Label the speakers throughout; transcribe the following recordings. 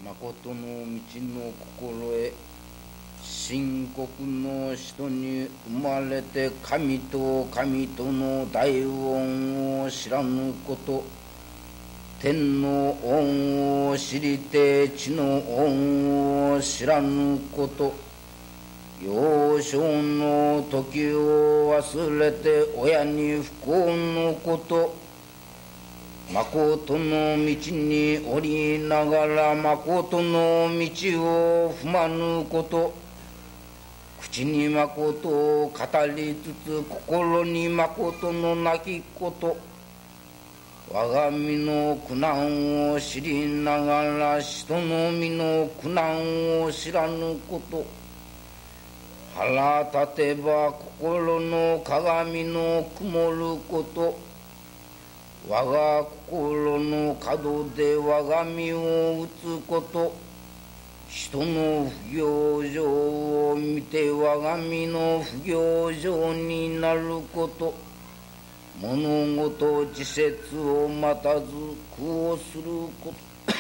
Speaker 1: 誠の道の心へ、深刻の人に生まれて神と神との大恩を知らぬこと、天の恩を知りて地の恩を知らぬこと、幼少の時を忘れて親に不幸のこと、誠の道に降りながら誠の道を踏まぬこと、口に誠を語りつつ心に誠のなきこと、我が身の苦難を知りながら人の身の苦難を知らぬこと、腹立てば心の鏡の曇ること、我が心の角で我が身を打つこと、人の不行状を見て我が身の不行状になること、物事自節を待たず苦をすること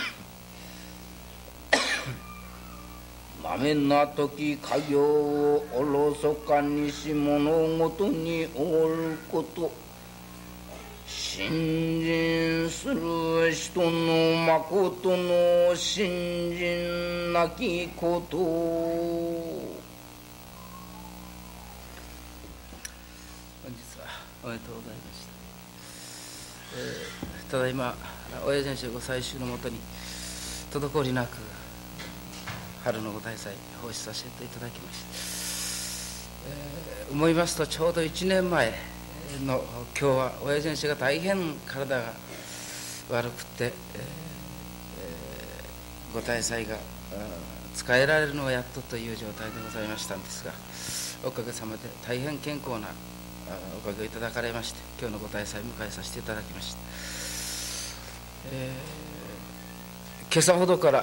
Speaker 1: まめな時家業をおろそかにし物事におごること、信心する人の誠の信心なきこと。
Speaker 2: 本日はおめでとうございました。ただいま親先生ご採集のもとに滞りなく春のご大祭奉仕させていただきました。思いますとちょうど1年前の今日は親先生が大変体が悪くて、ご大祭が使えられるのはやっとという状態でございましたんですが、おかげさまで大変健康なおかげをいただかれまして、今日のご大祭を迎えさせていただきました。今朝ほどから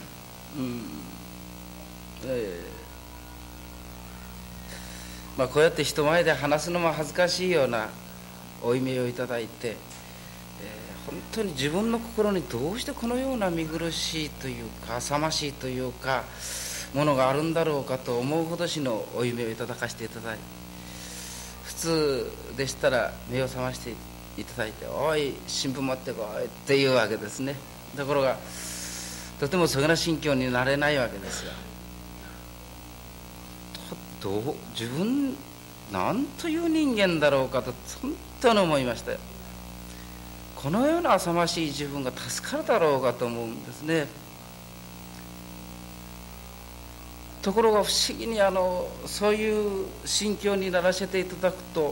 Speaker 2: こうやって人前で話すのも恥ずかしいような負い目をいただいて、本当に自分の心にどうしてこのような見苦しいというか浅ましいというかものがあるんだろうかと思うほどしの負い目をいただかせていただいて、普通でしたら目を覚ましていただいて、おい新聞持ってこいっていうわけですね。ところがとてもそういうような心境になれないわけですよ。自分なんという人間だろうかと本当に思いましたよ。このような浅ましい自分が助かるだろうかと思うんですね。ところが不思議にそういう心境にならせていただくと、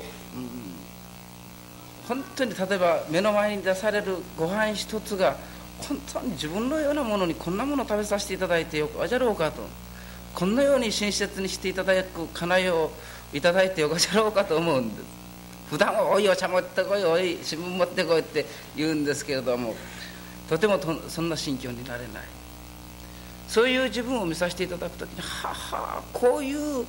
Speaker 2: 本当に例えば目の前に出されるご飯一つが本当に自分のようなものにこんなものを食べさせていただいてよかじゃろうかと、こんなように親切にしていただく家内をいただいてよかじゃろうかと思うんです。普段はおいお茶持ってこい、おい新聞持ってこいって言うんですけれども、とてもそんな心境になれない。そういう自分を見させていただくときに、こういう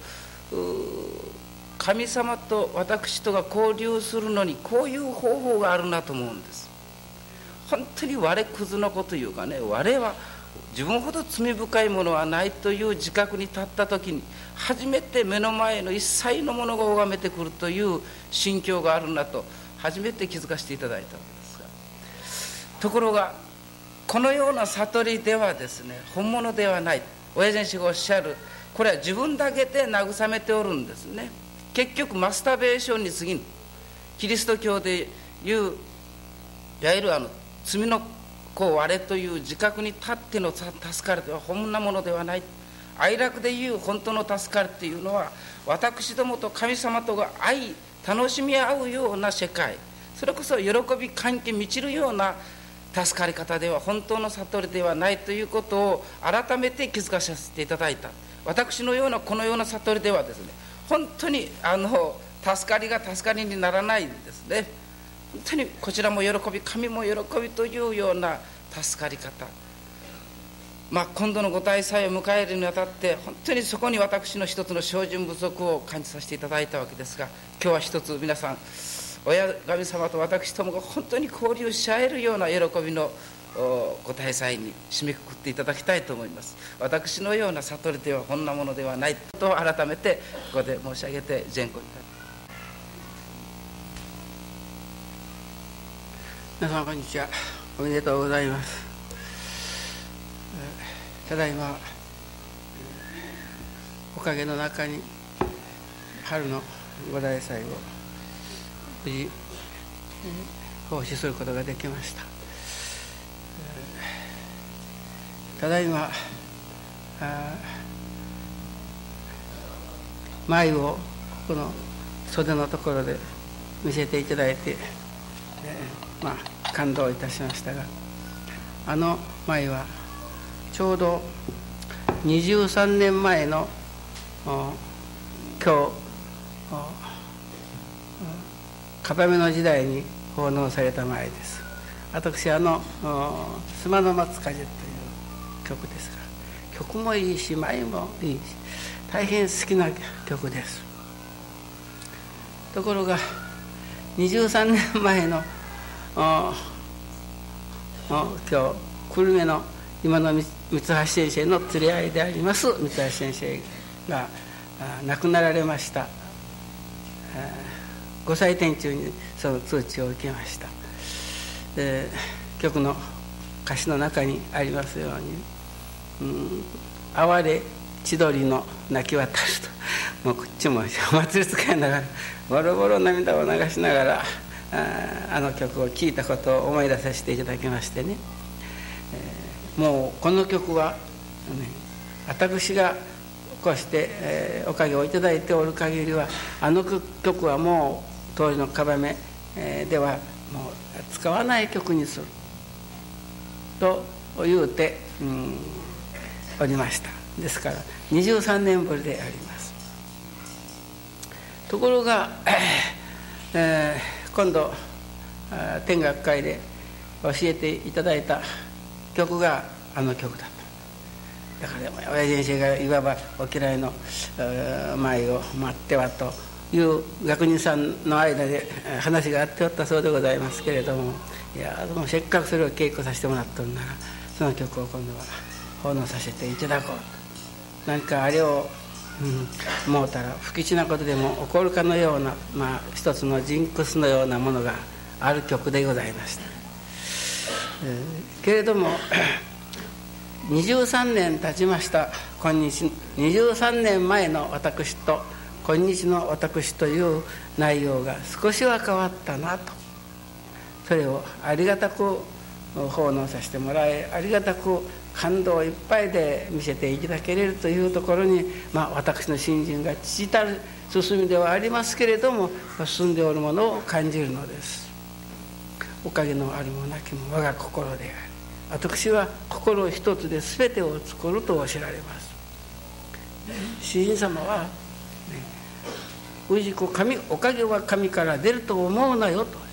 Speaker 2: 神様と私とが交流するのにこういう方法があるなと思うんです。本当に我くずの子というかね、我は自分ほど罪深いものはないという自覚に立ったときに初めて目の前の一切のものが拝めてくるという心境があるなと初めて気づかせていただいたわけですが、ところがこのような悟りではですね、本物ではない。親先生がおっしゃるこれは自分だけで慰めておるんですね。結局マスターベーションに過ぎん。キリスト教でいういわゆる罪の我という自覚に立っての助かるでは本なものではない。愛楽でいう本当の助かるというのは私どもと神様とが楽しみ合うような世界、それこそ喜び歓喜満ちるような助かり方では本当の悟りではないということを改めて気づかせていただいた。私のようなこのような悟りではですね、本当に助かりが助かりにならないんですね。本当にこちらも喜び神も喜びというような助かり方、今度のご大祭を迎えるにあたって本当にそこに私の一つの精進不足を感じさせていただいたわけですが、今日は一つ皆さん親神様と私ともが本当に交流し合えるような喜びのご大祭に締めくくっていただきたいと思います。私のような悟りではこんなものではないと改めてここで申し上げて前後いたします。
Speaker 3: 皆様こんにちは。おめでとうございます。ただいまおかげの中に春のご大祭を無事奉仕することができました。ただいま舞をこの袖のところで見せていただいて、感動いたしましたが、あの舞はちょうど23年前の今日片目の時代に奉納された舞です。私「須磨の松風」という曲ですが、曲もいいし舞もいいし大変好きな曲です。ところが23年前の今日久留米の今の三橋先生の連れ合いであります三橋先生が亡くなられました。ご祭典中にその通知を受けました。曲の歌詞の中にありますように「哀れ千鳥の泣き渡る」と、もうこっちもお祭り使いながらボロボロ涙を流しながらあの曲を聴いたことを思い出させていただきましてね、もうこの曲は、私がこうして、おかげをいただいておる限りはあの曲はもう当時のかばめ、ではもう使わない曲にすると言うて、おりました。ですから23年ぶりであります。ところが、今度天学会で教えていただいた曲があの曲だった。だから親父先生がいわばお嫌いの舞を待ってはという学人さんの間で話があっておったそうでございますけれども、いやもうせっかくそれを稽古させてもらっとるならその曲を今度は奉納させていただこう。何かあれを思うたら不吉なことでも起こるかのような、一つのジンクスのようなものがある曲でございました。けれども23年経ちました今日、23年前の私と今日の私という内容が少しは変わったなと、それをありがたく奉納させてもらい、ありがたく感動いっぱいで見せていただけれるというところに、私の信心が父たる進みではありますけれども進んでおるものを感じるのです。おかげのあるもなきも我が心である。私は心一つで全てを作るとおっしゃられます。主人様は「氏子神おかげは神から出ると思うなよ」と、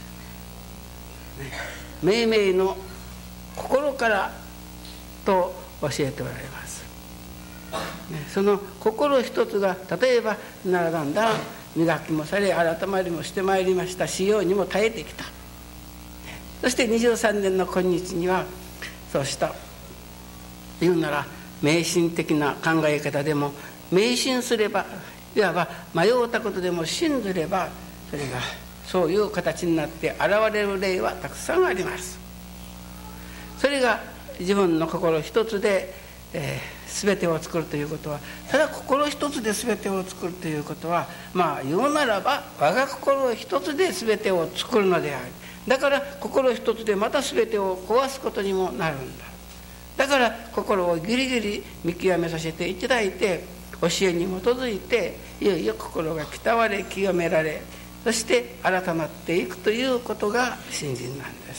Speaker 3: 命名の心からと教えておられます。その心一つが例えばだんだん磨きもされ改まりもしてまいりました。使用にも耐えてきた。そして23年の今日にはそうした言うなら迷信的な考え方でも迷信すればいわば迷うたことでも信ずればそれがそういう形になって現れる例はたくさんあります。それが自分の心一つで、全てを作るということは、ただ心一つで全てを作るということは言うならば我が心一つで全てを作るのである。だから心一つでまた全てを壊すことにもなるんだ。だから心をギリギリ見極めさせていただいて教えに基づいていよいよ心が鍛われ清められ、そして改まっていくということが信心なんです。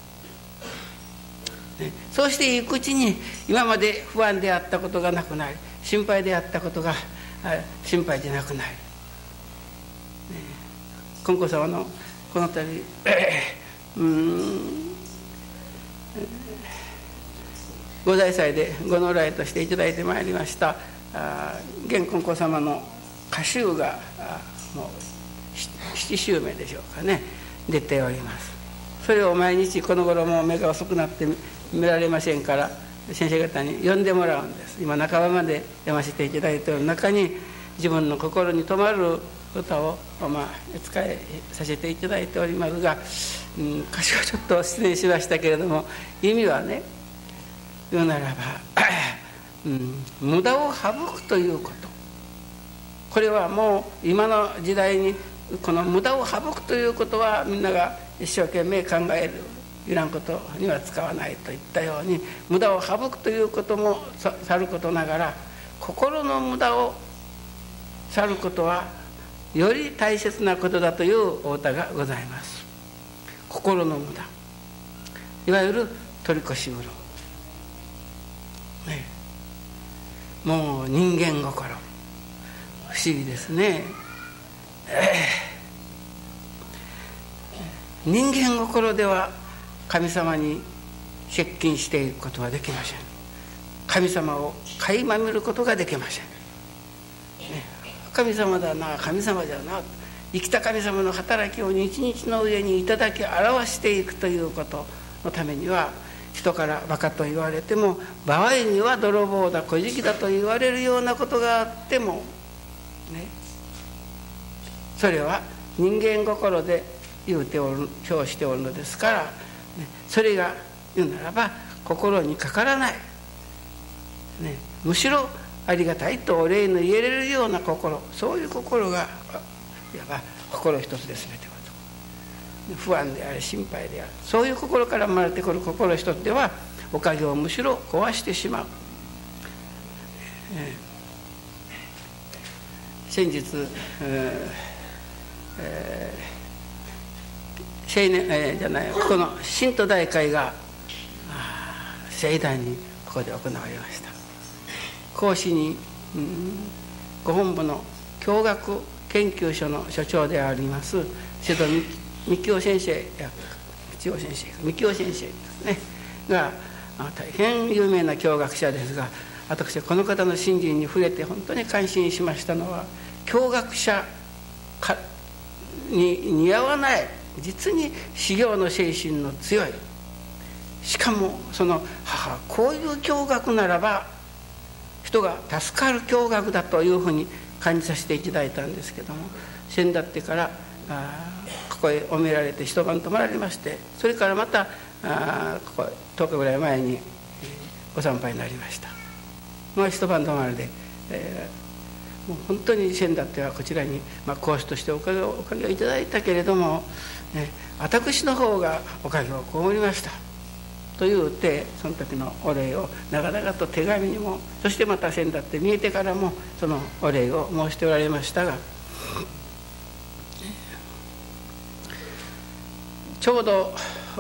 Speaker 3: そうしていくうちに今まで不安であったことがなくなり、心配であったことが心配でなくなり、金光様のこの度ご在祭でご如来としていただいてまいりました現金光様の歌集がもう7週目でしょうかね、出ております。 それを毎日この頃もう目が遅くなって見られませんから先生方に読んでもらうんです。今半ばまで読ませていただいている中に自分の心に留まる歌を使いさせていただいておりますが、歌詞はちょっと失礼しましたけれども、意味はね、言うならば、無駄を省くということ、これはもう今の時代にこの無駄を省くということはみんなが一生懸命考える、いらんことには使わないといったように、無駄を省くということもさることながら、心の無駄を去ることはより大切なことだというお歌がございます。心の無駄、いわゆる取り越し苦労、ね、もう人間心、不思議ですね。人間心では神様に接近していくことはできません。神様を垣間見ることができません、神様だな、神様じゃな、生きた神様の働きを日々の上にいただき表していくということのためには、人からバカと言われても、場合には泥棒だ小じだと言われるようなことがあっても、ね、それは人間心で表しておるのですから、それが言うならば心にかからない、むしろありがたいとお礼の言えれるような心、そういう心がいわば心一つで全てこと、不安であり心配である、そういう心から生まれてくる心一つではおかげをむしろ壊してしまう。先日、この信徒大会が盛大にここで行われました。講師に、ご本部の教学研究所の所長であります瀬戸幹夫先生ですねが大変有名な教学者ですが、私はこの方の信心に触れて本当に感心しましたのは、教学者に似合わない実に修行の精神の強い、しかもそのこういう教学ならば人が助かる教学だというふうに感じさせていただいたんですけども、先だってからここへおめられて一晩泊まられまして、それからまたここ10日ぐらい前にご参拝になりました。もう一晩泊まりで、もう本当に先だってはこちらに、講師としておかげをいただいたけれども、私の方がおかげを被りましたと言うて、その時のお礼を長々と手紙にも、そしてまた先だって見えてからもそのお礼を申しておられましたが、ちょうど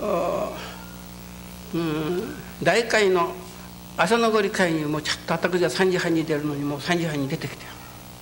Speaker 3: 大会の朝のごり会にもうちょっと私が3時半に出るのにもう3時半に出てきて、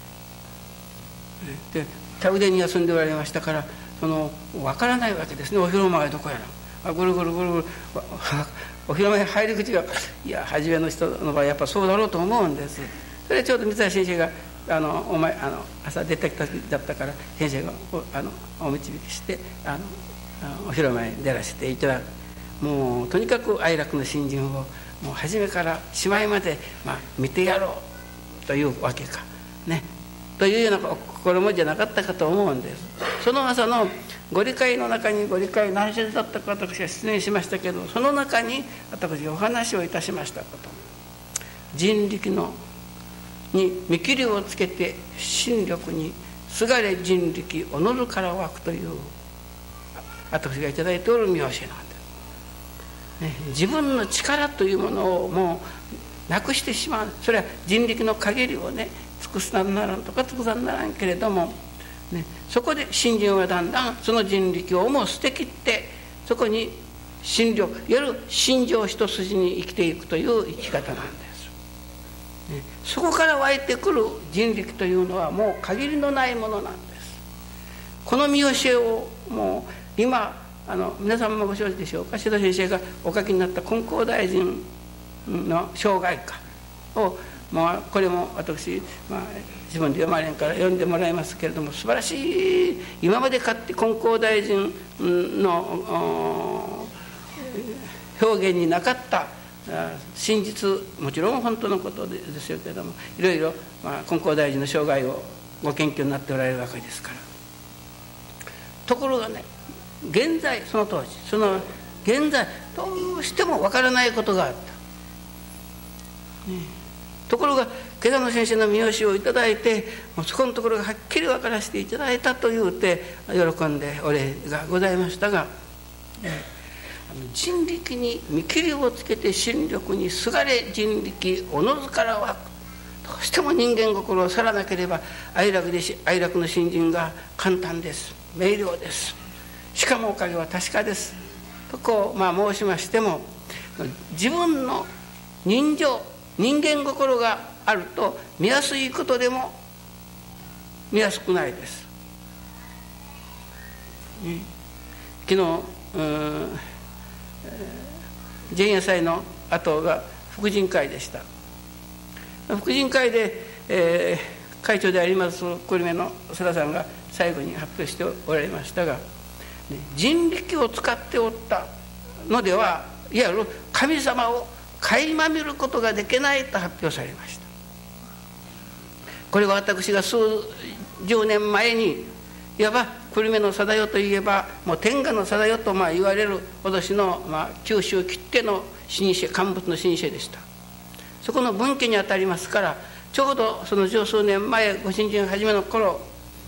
Speaker 3: で手腕に休んでおられましたから、分からないわけですね。お広間がどこやら、ぐるぐるお広間に入り口が、いや初めの人の場合やっぱそうだろうと思うんです。それでちょうど三橋先生が朝出てきた時だったから、先生がお導きしてお広間に出らせていただく。もうとにかく哀楽の新人をもう初めからしまいまで、見てやろうというわけかね、というような心持ちじゃなかったかと思うんです。その朝のご理解の中に、ご理解何節だったか私は失念しましたけど、その中に私がお話をいたしましたこと、人力に見切りをつけて心力にすがれ人力おのるから湧くという私がいただいておる見教えなんです、自分の力というものをもうなくしてしまう。それは人力の限りをね尽くすならんとか尽くさんならんけれども、そこで信心はだんだんその人力をもう捨てきって、そこに心力、いわゆる心情一筋に生きていくという生き方なんです、そこから湧いてくる人力というのはもう限りのないものなんです。この見教えをもう今皆さんもご承知でしょうか、瀬戸先生がお書きになった金光大臣の生涯歌をこれも私、自分で読まれんから読んでもらいますけれども、素晴らしい、今まで金光大臣の表現になかった真実、もちろん本当のことですよけれども、いろいろ金光大臣の生涯をご研究になっておられるわけですから。ところがね、現在、その当時、現在どうしてもわからないことがあった、ところが今朝の先生の見教えをいただいて、もうそこのところがはっきり分からせていただいたというて喜んでお礼がございましたが、人力に見切りをつけて心力にすがれ人力おのずからはどうしても人間心を去らなければ哀楽の信心が簡単です、明瞭です、しかもおかげは確かですと申しましても、自分の人間心があると見やすいことでも見やすくないです。昨日前夜祭の後が福神会でした。福神会で、会長であります久留米の世良さんが最後に発表しておられましたが、人力を使っておったのではいわゆる神様を垣間見ることができないと発表されました。これは私が数十年前にいわば久留米の定世といえばもう天下の定世と言われる脅しの、九州きっての老舗乾物の老舗でした。そこの分家にあたりますから、ちょうどその十数年前ご新人初めの頃、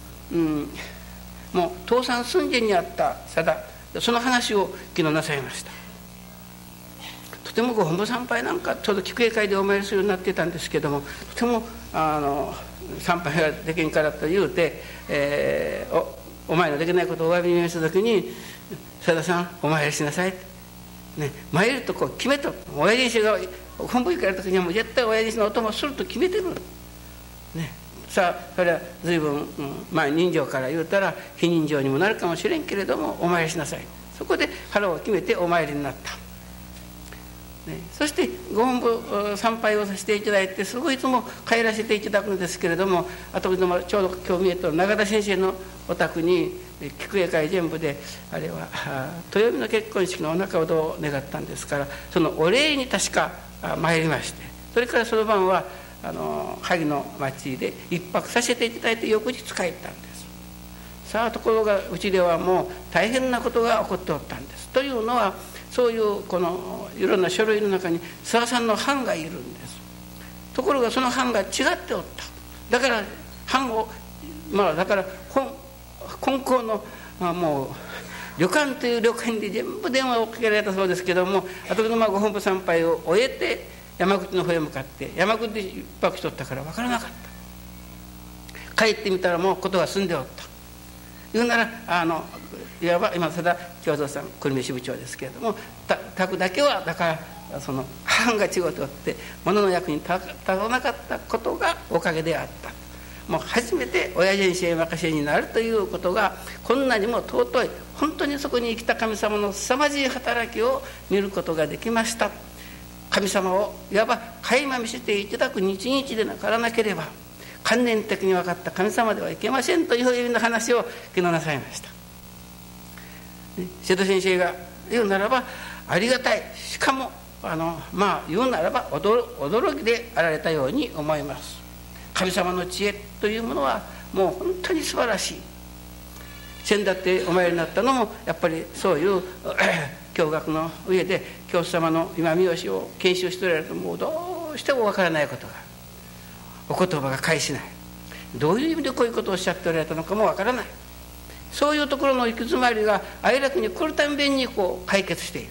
Speaker 3: もう倒産寸前にあった定、その話を昨日なさいました。とてもご本部参拝なんかちょうど菊江会でお参りするようになってたんですけども、とても参拝ができんからと言うて、お前のできないことをお詫びにした時に「定さんお参りしなさい」って、参ると決めと、親父が本部行かれた時にはもう絶対親父のお供をすると決めてる、さあそれは随分、人情から言うたら非人情にもなるかもしれんけれどもお参りしなさい、そこで腹を決めてお参りになった。そしてご本部参拝をさせていただいて、すごいいつも帰らせていただくんですけれども、あとちょうど今日見えてる永田先生のお宅に菊江会全部であれは豊美の結婚式のお仲をどう願ったんですから、そのお礼に確か参りまして、それからその晩は萩の町で一泊させていただいて翌日帰ったんです。さあところがうちではもう大変なことが起こっておったんです。というのはそういうこのいろんな書類の中に諏訪さんの藩がいるんです。ところがその藩が違っておった。だから藩をだから金光のもう旅館という旅館で全部電話をかけられたそうですけども、後のご本部参拝を終えて山口の方へ向かって山口で一泊しとったから分からなかった。帰ってみたらもうことが済んでおった。言うならいわば今定京三さん久留米支部長ですけれども、宅だけはだからその藩が違うとって物の役に立たなかったことがおかげであった。もう初めて親人生任せになるということがこんなにも尊い、本当にそこに生きた神様の凄まじい働きを見ることができました。神様をいわば垣間見せていただく日々でなからなければ観念的に分かった神様ではいけませんという意味の話を昨日なさいました。瀬戸先生が言うならばありがたい、しかも言うならば驚きであられたように思います。神様の知恵というものはもう本当に素晴らしい。先だってお参りになったのもやっぱりそういう教学の上で教祖様の今見教えを研修しておられるともうどうしてもわからないことが、お言葉が返しない、どういう意味でこういうことをおっしゃっておられたのかもわからない、そういうところの行き詰まりが哀楽に来るたんびに解決している。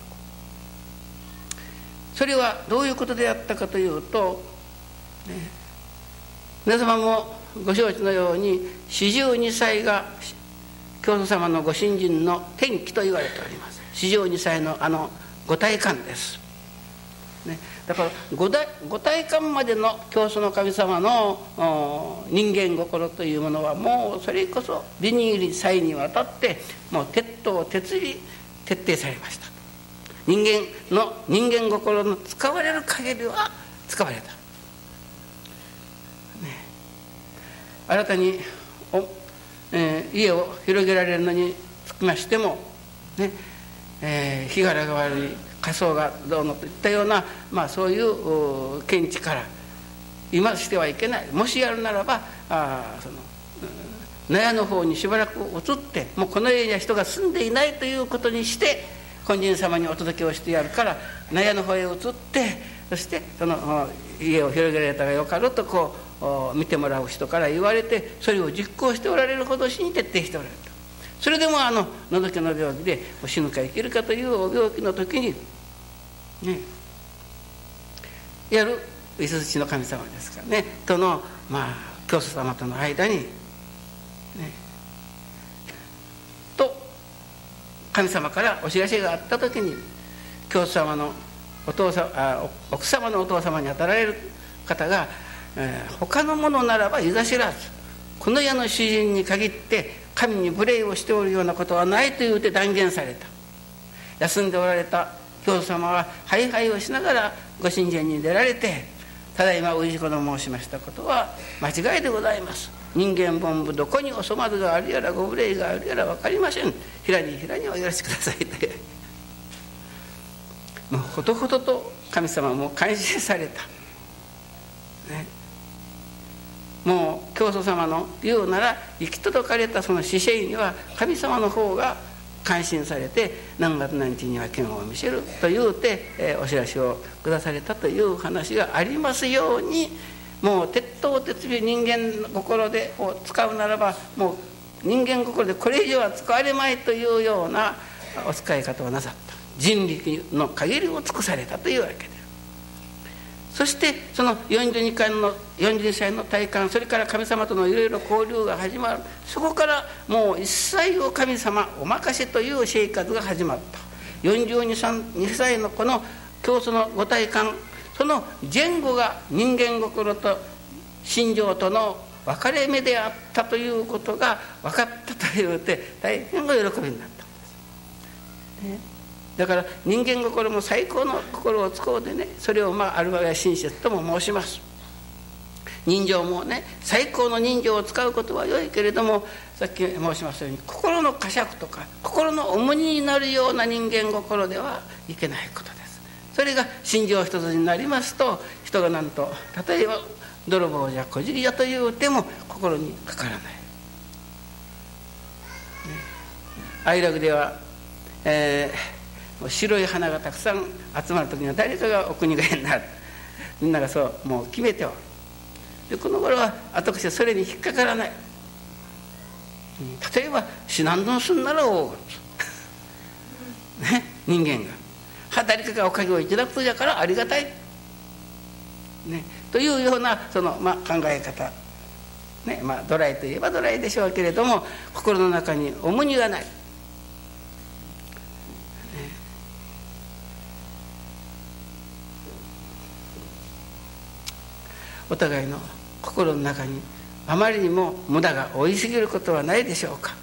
Speaker 3: それはどういうことであったかというと、皆様もご承知のように42歳が教祖様のご信心の転機と言われております。42歳のご体感です、だからご体感までの教祖の神様の人間心というものはもうそれこそビニール際にわたってもう徹底されました。人間心の使われる限りは使われた。 新たに家を広げられるのにつきましても、日柄が悪い、仮想がどうのといったような、そういう見地から今してはいけない、もしやるならば納屋の方にしばらく移って、もうこの家には人が住んでいないということにして本陣様にお届けをしてやるから、納屋の方へ移って、そしてその家を広げられたがよかろうとこう見てもらう人から言われて、それを実行しておられるほど死に徹底しておられると。それでものどけの病気で死ぬか生きるかというお病気の時にやる五十槌の神様ですからね、との教祖様との間にと神様からお知らせがあった時に、教祖様の奥様のお父様にあたられる方が、他のものならばいざ知らず、この家の主人に限って神に無礼をしておるようなことはないと言うて断言された。休んでおられた教祖様はハイハイをしながらご神前に出られて、ただいま氏子の申しましたことは間違いでございます。人間本部どこにお粗末があるやらご無礼があるやら分かりません。平にお許しくださいともうほとほとと神様も感心された、もう教祖様の言うなら行き届かれたその死生には神様の方が感心されて、何月何日には剣を見せると言うて、お知らせを下されたという話がありますように、もう鉄頭鉄尾人間心で使うならば、もう人間心でこれ以上は使われまいというようなお使い方をなさった。人力の限りを尽くされたというわけで、そしてその42歳の体感、それから神様とのいろいろ交流が始まる。そこからもう一切を神様お任せという生活が始まった。42歳のこの教祖のご体感、その前後が人間心と心情との分かれ目であったということが分かったというて、大変お喜びになったんです、だから人間心も最高の心を使うでね、それをある場合は親切とも申します。人情もね、最高の人情を使うことは良いけれども、さっき申しましたように心の呵責とか心の重荷になるような人間心ではいけないことです。それが心情一つになりますと、人がなんと例えば泥棒じゃ小じりじゃという手も心にかからない、哀楽では、白い花がたくさん集まる時には誰かがお国替えになる。みんながそうもう決めておる。でこの頃は私はそれに引っかからない。例えば死なんのすんなら大事人間が誰かがおかげをいただくとじゃからありがたい、というようなその、考え方、ドライといえばドライでしょうけれども、心の中に重荷がない、お互いの心の中にあまりにも無駄が多いすぎることはないでしょうか、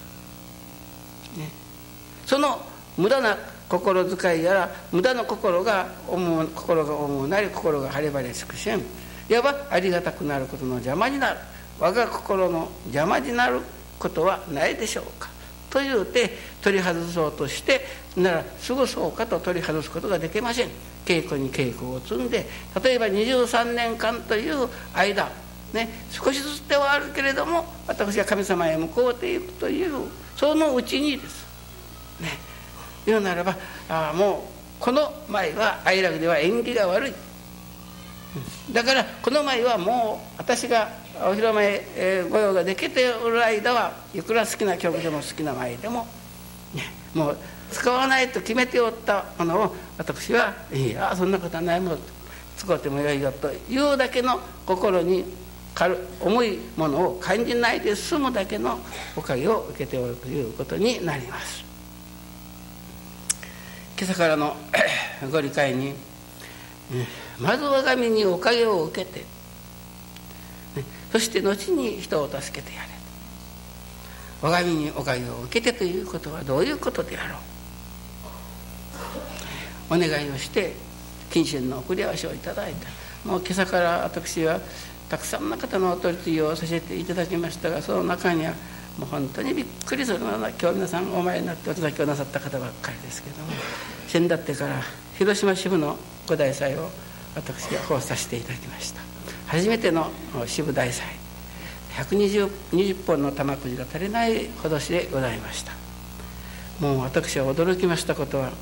Speaker 3: その無駄な心遣いやら無駄の心が思うなり心が晴れ晴れ尽くしん、いわばありがたくなることの邪魔になる、我が心の邪魔になることはないでしょうかというて、取り外そうとしてならすぐそうかと取り外すことができません。稽古に稽古を積んで、例えば23年間という間、少しずつではあるけれども私が神様へ向こうていくというそのうちにです、言うならばもうこの前は哀楽では縁起が悪い、だからこの前はもう私がお披露目御用ができておる間はいくら好きな曲でも好きな舞でも、もう使わないと決めておったものを私はいやそんなことはないもの使ってもよいよというだけの心に重いものを感じないで済むだけのおかげを受けておるということになります。今朝からのご理解に、まず我が身におかげを受けて、そして後に人を助けてやれ。我が身におかげを受けてということはどういうことであろう。お願いをして金銭の送り合わせをいただいた。もう今朝から私はたくさんの方のお取り次ぎをさせていただきましたが、その中にはもう本当にびっくりするような、今日皆さんお前になってお届けをなさった方ばっかりですけども、先だってから広島支部のご大祭を私が奉させていただきました。初めての支部大祭、120本の玉くじが足りないほどしでございました。もう私は驚きましたことは、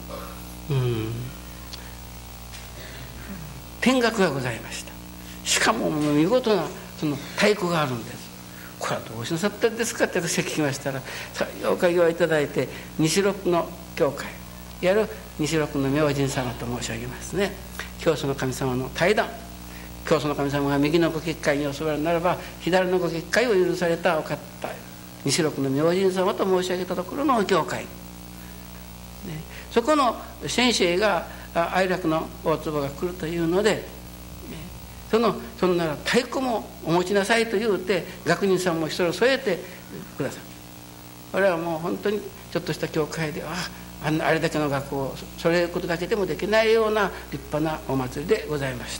Speaker 3: 天楽がございました。しかも見事なその太鼓があるんです。これはどうしなさったんですかって私が聞きましたら、おかげをいただいて西六の教会、いわゆる西六の明神様と申し上げますね。教祖の神様の対談、教祖の神様が右のご結界にお座りならば左のご結界を許されたお方、西六の明神様と申し上げたところの教会、そこの先生が愛楽の大坪が来るというので、そんなら太鼓もお持ちなさいと言うて学人さんもそれを添えてくださる。これはもう本当にちょっとした教会であれだけの学校をそれることだけでもできないような立派なお祭りでございました。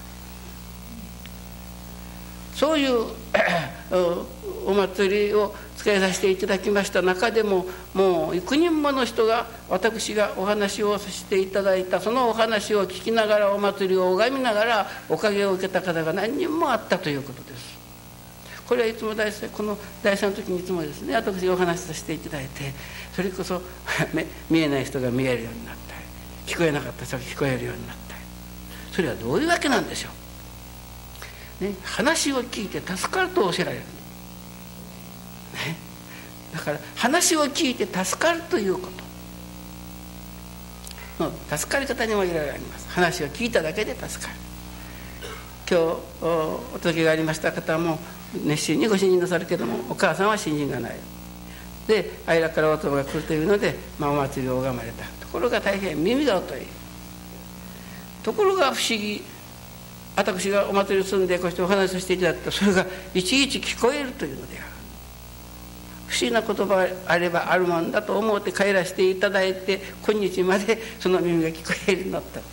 Speaker 3: そういうお祭りを使いさせていただきました中でも、もう幾人もの人が私がお話をさせていただいたそのお話を聞きながら、お祭りを拝みながらおかげを受けた方が何人もあったということです。これはいつもこの大祭の時にいつもですね、私がお話しさせていただいて、それこそ見えない人が見えるようになったり、聞こえなかった人が聞こえるようになったり、それはどういうわけなんでしょう。話を聞いて助かると教えられる、だから話を聞いて助かるということの助かり方にもいろいろあります。話を聞いただけで助かる。今日お届けがありました方も熱心にご信心なさるけども、お母さんは信心がないで、愛楽からお供が来るというので、お祭りを拝まれた。ところが大変耳が疎い。ところが不思議、私がお祭りを住んでこうしてお話しさせていただくと、それがいちいち聞こえるというのである。不思議な言葉あればあるもんだと思って帰らせていただいて、今日までその耳が聞こえるようになったって、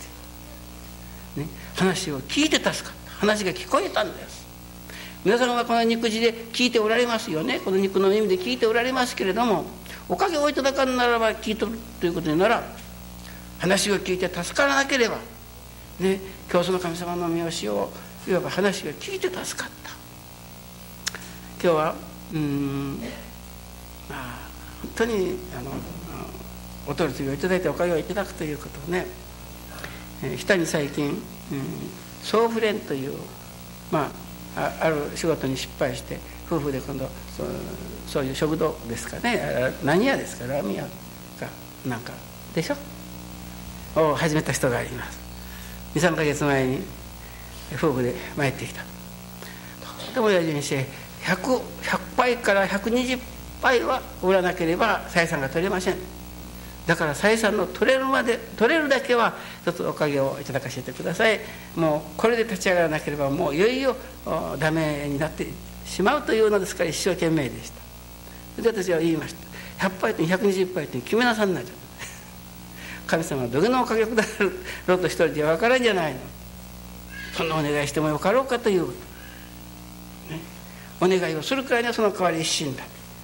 Speaker 3: 話を聞いて助かった。話が聞こえたんです。皆さんはこの肉地で聞いておられますよね。この肉の耳で聞いておられますけれども、おかげをいただかんならば聞いとるということになら、話を聞いて助からなければ教祖の神様の御教をいわば話が聞いて助かった。今日は本当にお取り次ぎをいただいておかげをいただくということをね、日田に最近総不連というある仕事に失敗して、夫婦で今度そういう食堂ですかね、何屋ですか、ラーメン屋かなんかでしょを始めた人がいます。2、3ヶ月前に夫婦で参ってきた。とても親父にして100杯から120杯は売らなければ採算が取れません。だから採算の取れるだけは一つおかげをいただかせてください。もうこれで立ち上がらなければもういよいよダメになってしまうというのですから、一生懸命でした。それで私は言いました。100杯と120杯と決めなさんないと、神様はどげのおかげをくださるろうと一人では分からんじゃないの。そんなお願いしてもよかろうかという、お願いをするくらいにはその代わり一心だ。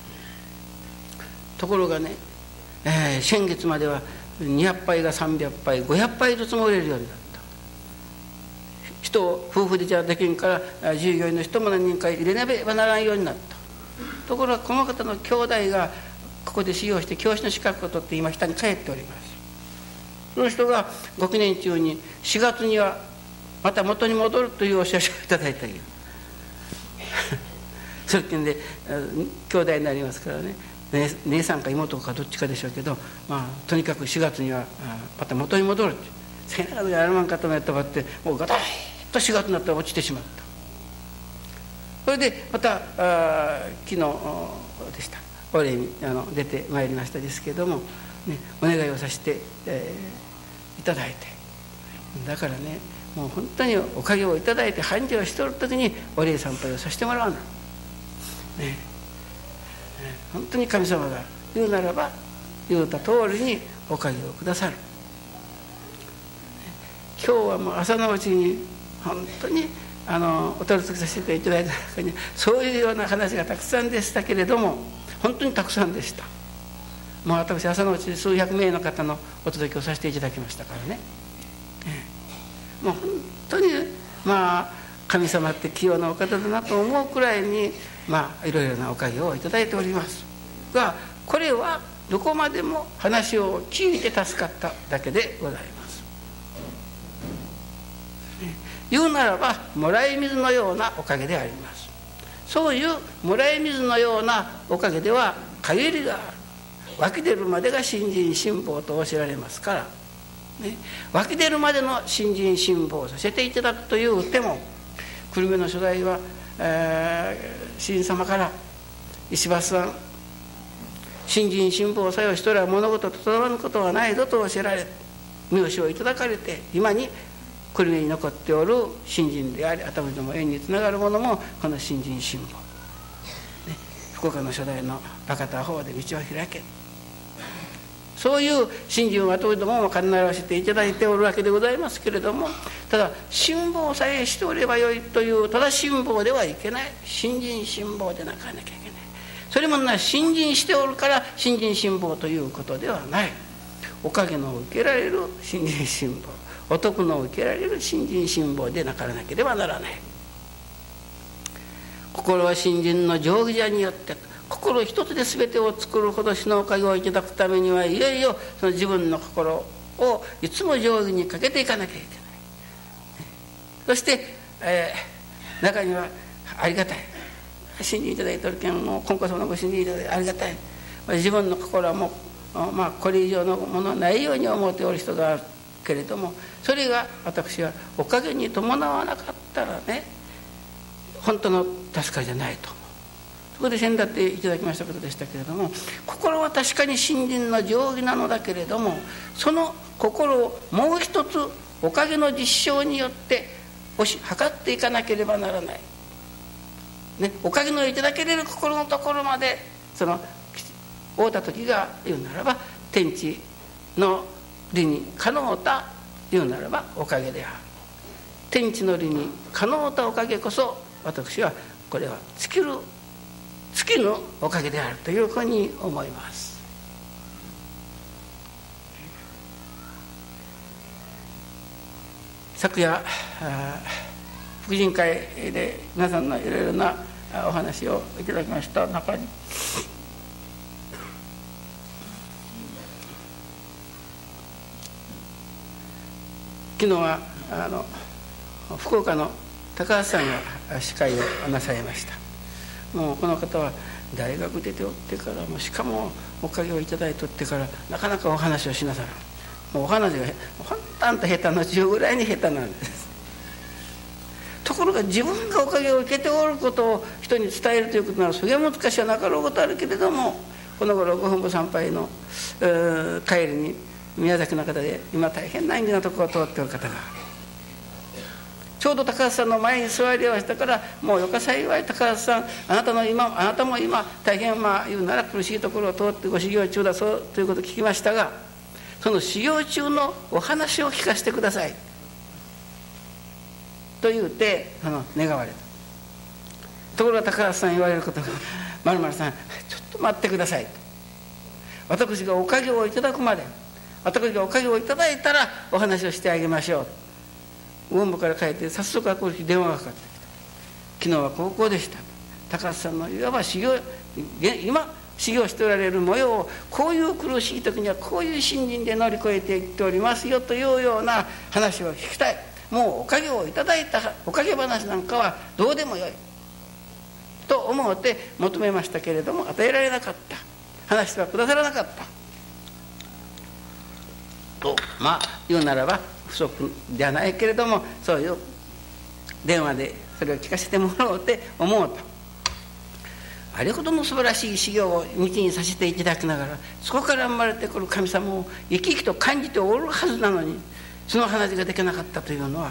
Speaker 3: ところがね、先月までは200杯が300杯500杯ずつも売れるようになった。人を夫婦でじゃできんから従業員の人も何人か入れなければならんようになった。ところがこの方の兄弟がここで修行して教師の資格を取って今北に帰っております。その人がご記念中に4月にはまた元に戻るというお知らせをいただいたりそれってんで兄弟になりますからね、姉さんか妹かどっちかでしょうけど、とにかく4月にはまた元に戻るって、背中でアルマンカともやったばってもうガタッと4月になったら落ちてしまった。それでまた昨日でしたお礼に出てまいりましたですけども、お願いをさせて、いただいて、だからね、もう本当におかげをいただいて繁盛をしておる時にお礼参拝をさせてもらうの、本当に神様が言うならば言うた通りにおかげをくださる。今日はもう朝のうちに本当にお取り付けさせていただいた中にそういうような話がたくさんでしたけれども、本当にたくさんでした。もう私朝のうち数百名の方のお届けをさせていただきましたからね、もう本当に神様って器用なお方だなと思うくらいにいろいろなおかげをいただいておりますが、これはどこまでも話を聞いて助かっただけでございます。言うならばもらい水のようなおかげであります。そういうもらい水のようなおかげでは限りがある。湧き出るまでが信心信望と教えられますから、湧き出るまでの信心信望をさせていただくという手も、久留米の初代は、主人様から石橋さん、信心信望さよ人らは物事ととどまることはないぞと教えられ、名称をいただかれて、今に久留米に残っておる信心であり、頭でも縁につながるものもこの信心信望、福岡の初代の博多方で道を開け、そういう信心はといども必ずわせていただいておるわけでございますけれども、ただ信望さえしておればよいというただ信望ではいけない、信心信望でなかなきゃいけない。それも信心しておるから信心信望ということではない。おかげの受けられる信心信望、お得の受けられる信心信望でなからなければならない。心は信心の定規者によって心一つで全てを作るほど死のおかげをいただくためには、いよいよその自分の心をいつも定規にかけていかなきゃいけない。そして、中にはありがたい、信じいただいておるけん、もう今回そのご信じいただいてありがたい、自分の心はもう、これ以上のものはないように思っておる人があるけれども、それが私はおかげに伴わなかったらね、本当の助かりじゃないと思う。そこで先だっていただきましたことでしたけれども、心は確かに信心の定規なのだけれども、その心をもう一つおかげの実証によって測っていかなければならない、おかげのいただけれる心のところまで会うた時が言うならば天地の理にかのうた言うならばおかげである。天地の理にかのうたおかげこそ、私はこれは尽きぬおかげであるというふうに思います。昨夜福神会で皆さんのいろいろなお話をいただきました中に、昨日は福岡の高橋さんが司会をなさいました。もうこの方は大学出ておってから、もしかもおかげをいただいておってからなかなかお話をしなさらん。もうお話が本当あんた下手の10ぐらいに下手なんです。ところが自分がおかげを受けておることを人に伝えるということなら、それは難しいはなかろうことあるけれども、この頃ご本部参拝の帰りに宮崎の方で今大変な縁起なところを通っておる方が、ちょうど高橋さんの前に座り合わせたから、もうよか幸い高橋さん、あなたも今大変言うなら苦しいところを通ってご修行中だそうということを聞きましたが、その修行中のお話を聞かせてくださいと言うて願われた。ところが高橋さん言われることが、〇〇さんちょっと待ってくださいと、私がおかげをいただくまで、私がおかげをいただいたらお話をしてあげましょう。本部から帰って早速ある日電話がかかってきた。昨日は高校でした。高橋さんのいわば今修行しておられる模様を、こういう苦しい時にはこういう信心で乗り越えていっておりますよというような話を聞きたい。もうおかげをいただいたおかげ話なんかはどうでもよいと思って求めましたけれども、与えられなかった、話してはくださらなかったと、言うならば不足じゃないけれども、そういう電話でそれを聞かせてもらおうって思うと、あれほどの素晴らしい修行を道にさせていただきながら、そこから生まれてくる神様を生き生きと感じておるはずなのに、その話ができなかったというのは、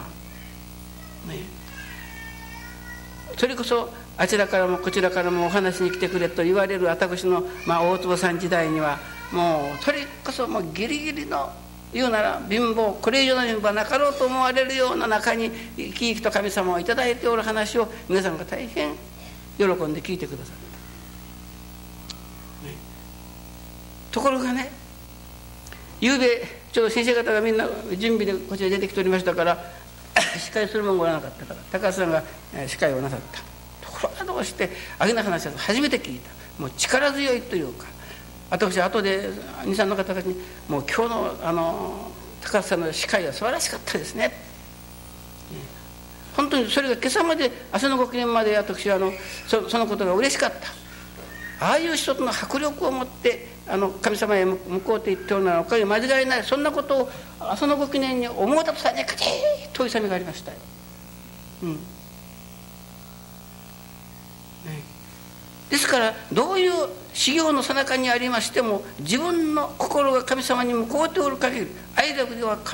Speaker 3: それこそあちらからもこちらからもお話に来てくれと言われる私の大坪さん時代には、もうそれこそもうギリギリの言うなら貧乏、これ以上の貧乏はなかろうと思われるような中に生き生きと神様をいただいておる話を皆さんが大変喜んで聞いてくださった、ね、ところがね、ゆうべちょうど先生方がみんな準備でこちらに出てきておりましたから司会するもんごらなかったから高橋さんが司会をなさった。ところがどうしてあげな話は初めて聞いた。もう力強いというか、私は後で兄さんの方たちにもう今日の高橋さんの司会は素晴らしかったですね。本当にそれが今朝まで明日のご記念まで私はそのことが嬉しかった。ああいう一つの迫力を持って神様へ向こうと言っておるならおかげ間違いない。そんなことを明日のご記念に思うたとさにかちっと勇みがありましたよ。ですからどういう修行の最中にありましても自分の心が神様に向こうておる限り愛楽では必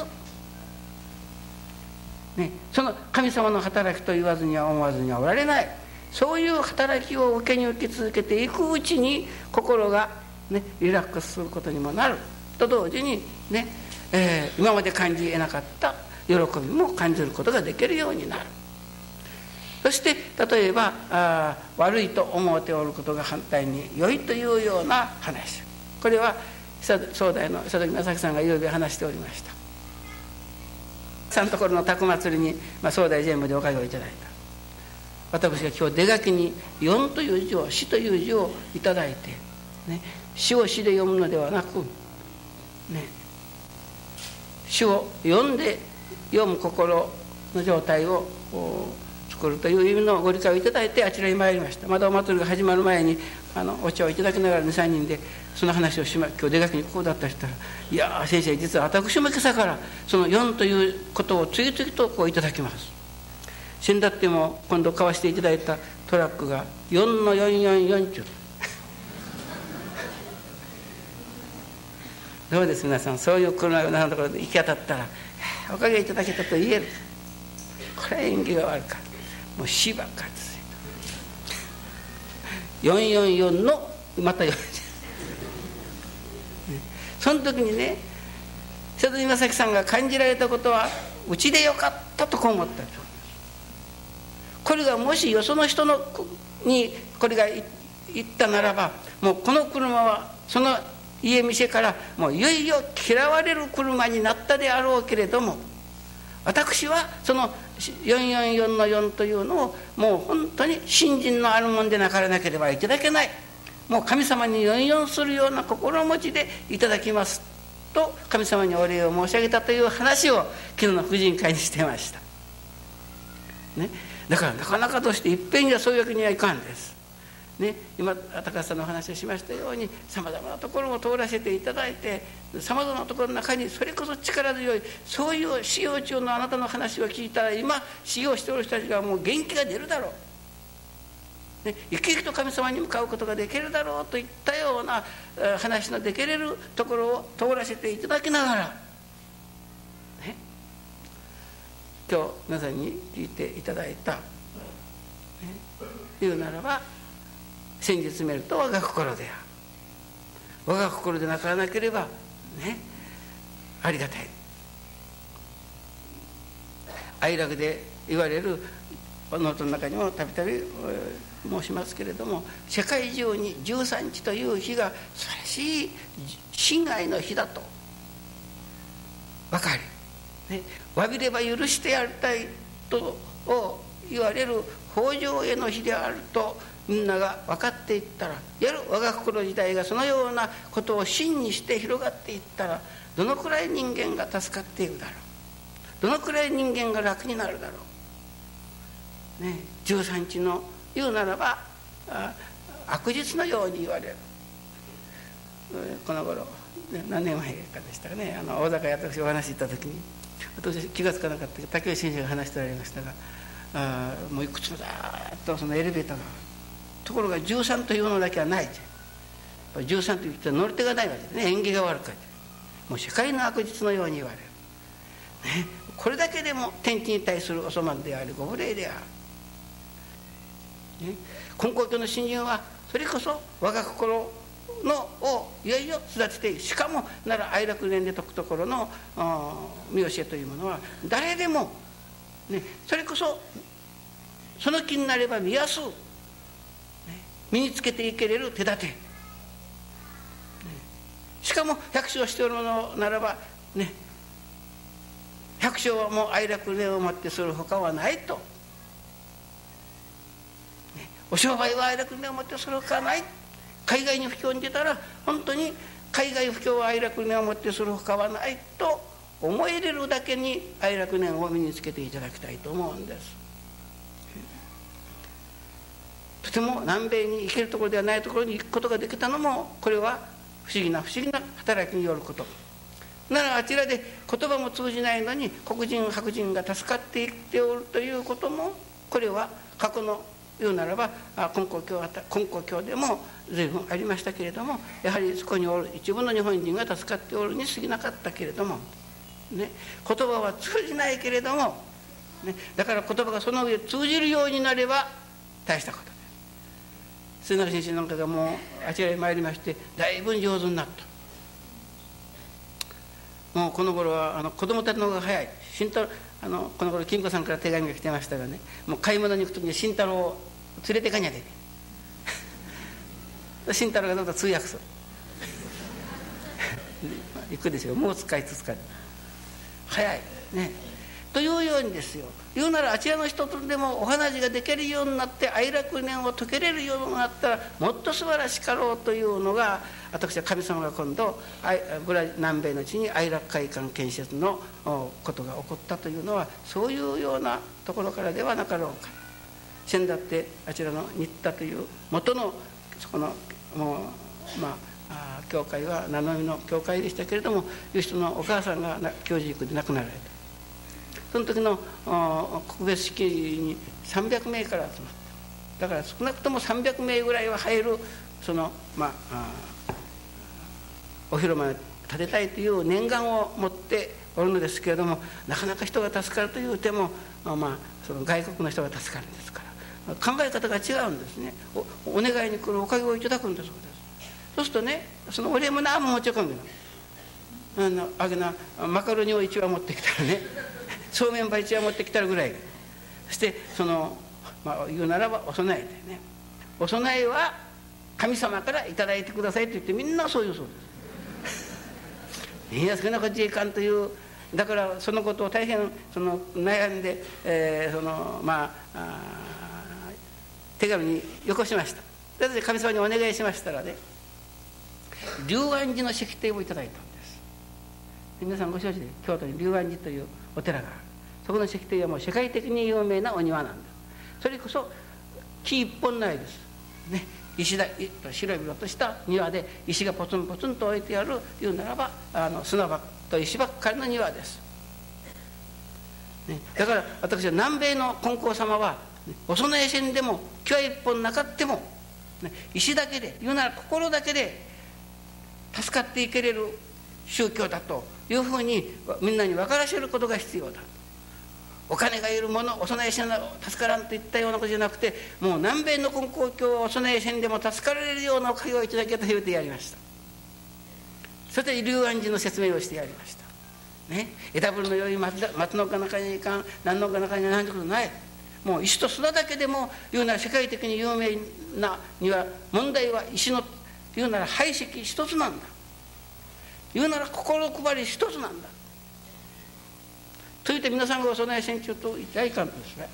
Speaker 3: ず、その神様の働きと言わずには思わずにはおられない。そういう働きを受けに受け続けていくうちに心が、リラックスすることにもなると同時に、今まで感じ得なかった喜びも感じることができるようになる。そして例えば悪いと思っておることが反対に良いというような話、これは総大の佐々木正樹さんがゆうべ話しておりました。さんのところの宅祭りに、総大全部でおかげをいただいた。私が今日出書きに4という字を死という字をいただいて、死を死で読むのではなく、死を読んで読む心の状態を作るという意味のご理解をいただいてあちらに参りました。まだお祭りが始まる前にお茶をいただきながら 2,3 人でその話を今日出書きにこうだった人は、いや先生実は私も今朝からその4ということを次々とこういただきます。先だっても今度買わせていただいたトラックが4-444中どうです皆さん、そういう車が皆さんのところで行き当たったらおかげいただけたと言える。これは縁起が悪かった。もう死ばっかりですよ。444のまた4その時にね、佐渡正樹さんが感じられたことはうちでよかったとこう思ったんです。これがもしよその人のにこれが言ったならば、もうこの車はその家店からもういよいよ嫌われる車になったであろうけれども、私はその444の4というのをもう本当に信心のあるもんでなからなければいただけない。もう神様に44するような心持ちでいただきますと神様にお礼を申し上げたという話を昨日の婦人会にしてました、だからなかなかとしていっぺんにはそういうわけにはいかんです、今高橋さんのお話をしましたようにさまざまなところを通らせていただいて、さまざまなところの中にそれこそ力強いそういう修行中のあなたの話を聞いたら、今修行しておる人たちがもう元気が出るだろう、生き生きと神様に向かうことができるだろうといったような話のできれるところを通らせていただきながら、今日皆さんに聞いていただいた、言うならば先日見ると我が心である。我が心でなからなければありがたい。愛楽で言われるノートの中にもたびたび申しますけれども、世界中に13日という日が素晴らしい心愛の日だと分かり、詫びれば許してやりたいと言われる豊穣への日であるとみんなが分かっていったら、やる我が心自体がそのようなことを真にして広がっていったら、どのくらい人間が助かっていくだろう、どのくらい人間が楽になるだろう、13日の言うならば悪日のように言われる。この頃何年前かでしたかね、大阪へ私お話し行った時に、私気が付かなかったけど竹内先生が話しておられましたが、もういくつもだーっとそのエレベーターが、ところが13というのだけはない。13という人は乗り手がないわけですね。縁起が悪かった。もう世界の悪日のように言われる、これだけでも天地に対するお粗末でありご無礼である、根高教の信心はそれこそ我が心のをいよいよ育てていく。しかもなら哀楽念で説くところの見教えというものは誰でも、ね、それこそその気になれば見やす、ね、身につけていけれる手立て、ね、しかも百姓をしておるのならばね、百姓はもう哀楽念をもってするほかはないと、ね、お商売は哀楽念をもってするほかはない。海外に布教に出たら本当に海外布教は哀楽念をもってするほかはないと思えれるだけに哀楽念を身につけていただきたいと思うんです。とても南米に行けるところではないところに行くことができたのもこれは不思議な働きによること。ならあちらで言葉も通じないのに黒人白人が助かっていっておるということもこれは過去の言うならば根高教でも随分ありましたけれども、やはりそこにおる一部の日本人が助かっておるに過ぎなかったけれども、ね、言葉は通じないけれども、ね、だから言葉がその上通じるようになれば大したことです。末永先生なんかがもうあちらへ参りましてだいぶ上手になった。もうこの頃は子供たちの方が早い。慎太郎この頃金子さんから手紙が来てましたがね、もう買い物に行く時に慎太郎を連れてかにゃで慎太郎がどうぞ通訳する行くですよ。もう使いつつか早いね。というようにですよ、言うならあちらの人とでもお話ができるようになって哀楽念を解けれるようになったらもっと素晴らしかろうというのが、私は神様が今度南米の地に哀楽会館建設のことが起こったというのはそういうようなところからではなかろうか。先だってあちらの新田という元のそこの教会は名乗りの教会でしたけれども、いう人のお母さんが教授塾で亡くなられた。その時の告別式に300名から集まった。だから少なくとも300名ぐらいは入るそのお広間を建てたいという念願を持っておるのですけれども、なかなか人が助かるというてもその外国の人が助かるんですから考え方が違うんですね。お願いに来るおかげをいただくんだそうです。そうするとね、そのお礼も何も持ち込んであげなマカロニを1羽持ってきたらね、そうめんば1羽持ってきたらぐらい。そしてその、言うならばお供えでね、お供えは神様からいただいてくださいと言ってみんなそういうそうです。いや少なくちゃいかんという。だからそのことを大変悩んで、手紙によこしました。で神様にお願いしましたらね、龍安寺の石庭をいただいたんです。皆さんご承知で京都に龍安寺というお寺がある。そこの石庭はもう世界的に有名なお庭なんです。それこそ木一本ないです、ね、石だ白々とした庭で石がポツンポツンと置いてあるいうならば砂ばっと石ばっかりの庭です、ね、だから私は南米の金光様は、ね、お供え線でも木は一本なかっても、ね、石だけで言うなら心だけで助かっていけれる宗教だというふうにみんなに分からせることが必要だ。お金がいるものお供えせん助からんといったようなことじゃなくて、もう南米の金光教はお供えせんでも助かられるようなおかげをいただけと言うてやりました。それで龍安寺の説明をしてやりました、ね、枝ぶるのよい松の中にいかん何の中には何てことない。もう石と砂だけでも言うなら世界的に有名なには問題は石の言うなら配石一つなんだ。言うなら心配り一つなんだと言って皆さんがお供えせんちゅうと言ってはいかんですね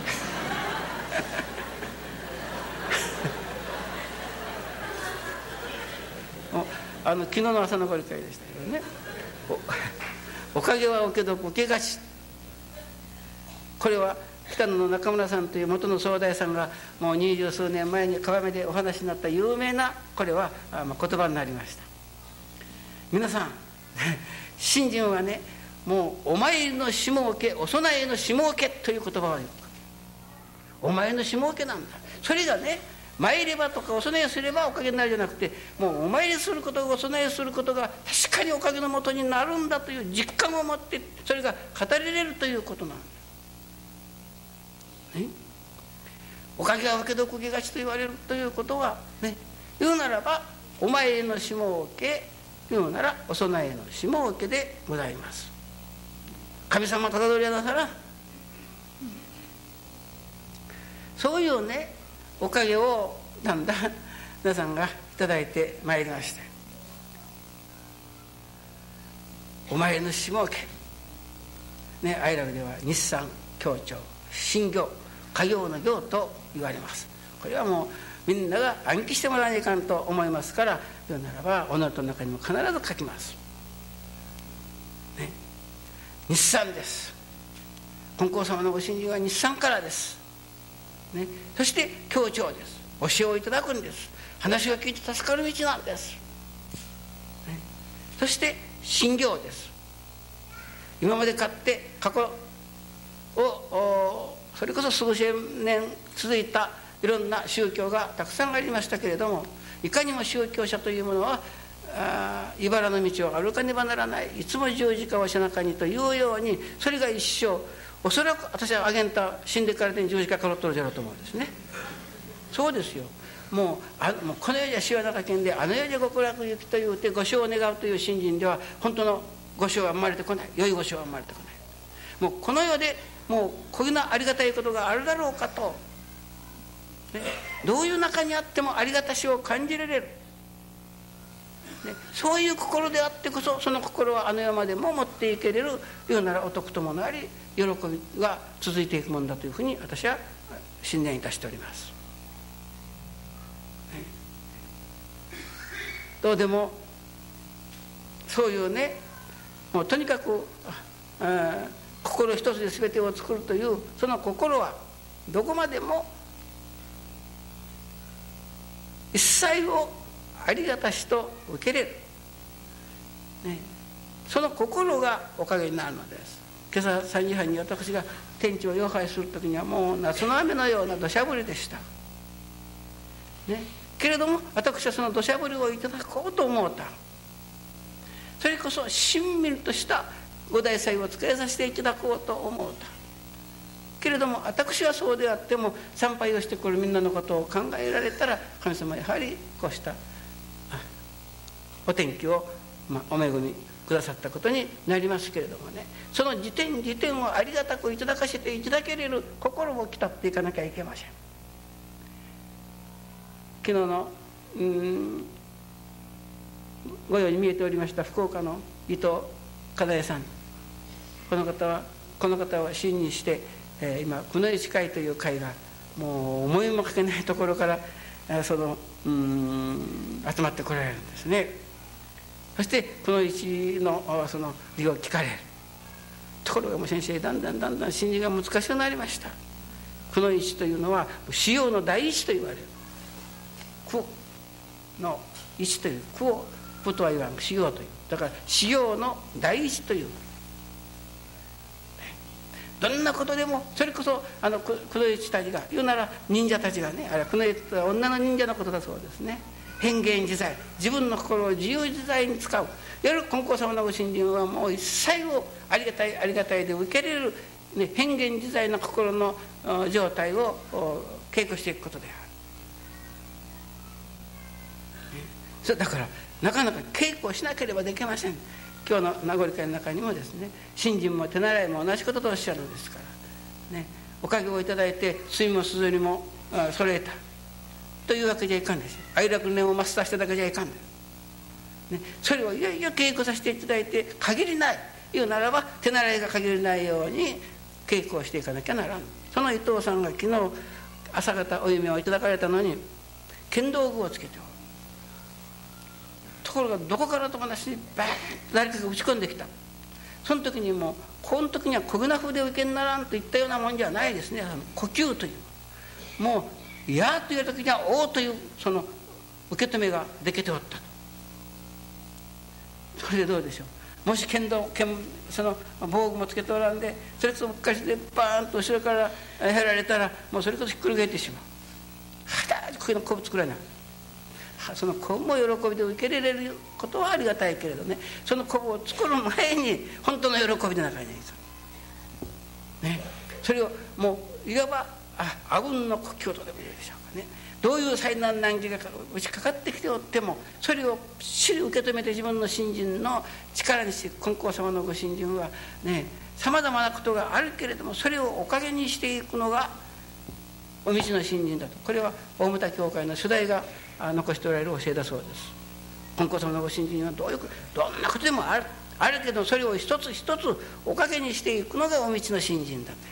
Speaker 3: 昨日の朝のご理解でしたけどね、おかげはおけど受けがち。これは北野の中村さんという元の総大さんがもう20数年前に川辺でお話になった有名なこれは言葉になりました。皆さん信心はね、もうお前のしもうけお供えのしもうけという言葉を言う。お前のしもうけなんだ。それがね参ればとかお供えすればおかげになるじゃなくて、もうお参りすることお供えすることが確かにおかげのもとになるんだという実感を持ってそれが語りれるということなんだ、ね、おかげは分けどこげがちと言われるということはね、言うならばお前の下請け言うならお供えの下請けでございます。神様ただどりやなさら、そういうねおかげをだんだん皆さんがいただいてまいりまして、お前の下請けね、愛楽では日産協調新業家業の業と言われます。これはもうみんなが暗記してもらわないかんと思いますから、言うならばおのとの中にも必ず書きます、ね、日産です。金光様のご信心は日産からです、ね、そして協調です。教えをいただくんです。話を聞いて助かる道なんです、ね、そして新業です。今まで買って過去をそれこそ数千年続いたいろんな宗教がたくさんありましたけれども、いかにも宗教者というものは茨の道を歩かねばならない、いつも十字架を背中にというように、それが一生おそらく私はアゲンタ死んでからで十字架から取るじゃろうと思うんですね。そうですよ。もうこの世じゃ死はなかけんで、あの世じゃ極楽行きというてご生を願うという信心では本当のご生は生まれてこない。良いご生は生まれてこない。もうこの世でもうこういうなありがたいことがあるだろうかと、ね、どういう中にあってもありがたしを感じられる、ね、そういう心であってこそ、その心はあの世までも持っていけれるようならお得ともなり喜びが続いていくものだというふうに私は信念いたしております、ね、どうでもそういうね、もうとにかく心一つで全てを作るというその心はどこまでも一切をありがたしと受けれる、ね、その心がおかげになるのです。今朝3時半に私が天地を妖拝する時にはもう夏の雨のような土砂降りでした、ね、けれども私はその土砂降りをいただこうと思うた。それこそしんみりとした五大祭を使いさせていただこうと思うた。けれども私はそうであっても参拝をしてくるみんなのことを考えられたら、神様やはりこうしたお天気を、お恵みくださったことになりますけれどもね、その時点をありがたくいただかせていただけれる心を鍛っていかなきゃいけません。昨日のご用に見えておりました福岡の伊藤かなえさん、この方は信にして、今くのいち会という会がもう思いもかけないところから集まってこられるんですね。そしてくのいちのその理を聞かれる。ところがもう先生だんだん信じが難しくなりました。くのいちというのは修行の第一と言われる。苦の一という苦を苦とは言わん、修行という、だから修行の第一という、どんなことでもそれこそくのいちたちが言うなら忍者たちがね、あれはくのいちとは女の忍者のことだそうですね。変幻自在、自分の心を自由自在に使う。金光様のご信心はもう一切をありがたいで受け入れる、ね、変幻自在な心の状態を稽古していくことである。それだからなかなか稽古をしなければできません。今日の名残会の中にもですね、信心も手習いも同じこととおっしゃるのですから、ね、おかげをいただいて墨もすずりも揃えたというわけじゃいかんです。愛楽念をマスターしただけじゃいかんです、ね、それをいよいよ稽古させていただいて、限りない言うならば手習いが限りないように稽古をしていかなきゃならん。その伊藤さんが昨日朝方お夢をいただかれたのに剣道具をつけておる。ところがどこからともなしにバーッと誰かが打ち込んできた。その時にもうこの時にはこぐな風で受けにならんといったようなもんじゃないですね。呼吸という、もうやーという時にはおーというその受け止めができておったと。それでどうでしょう。もしその防具もつけておらんで、それこそ昔でバーンと後ろから減られたらもうそれこそひっくり返ってしまう。はだーこういうのこぶ作らない。その昆布を喜びで受け入れることはありがたいけれどね、その昆布を作る前に本当の喜びでなきゃいけない、ね、それをもういわば阿軍の故郷とでも言うでしょうかね。どういう災難難儀が打ちかかってきておってもそれをしっかり受け止めて自分の信心の力にして金光様のご信心はね、さまざまなことがあるけれどもそれをおかげにしていくのがお道の信心だと、これは大牟田教会の初代が残しておられる教えだそうです。金光様のご信心はどんなことでもあるけどそれを一つ一つおかげにしていくのがお道の信心だと。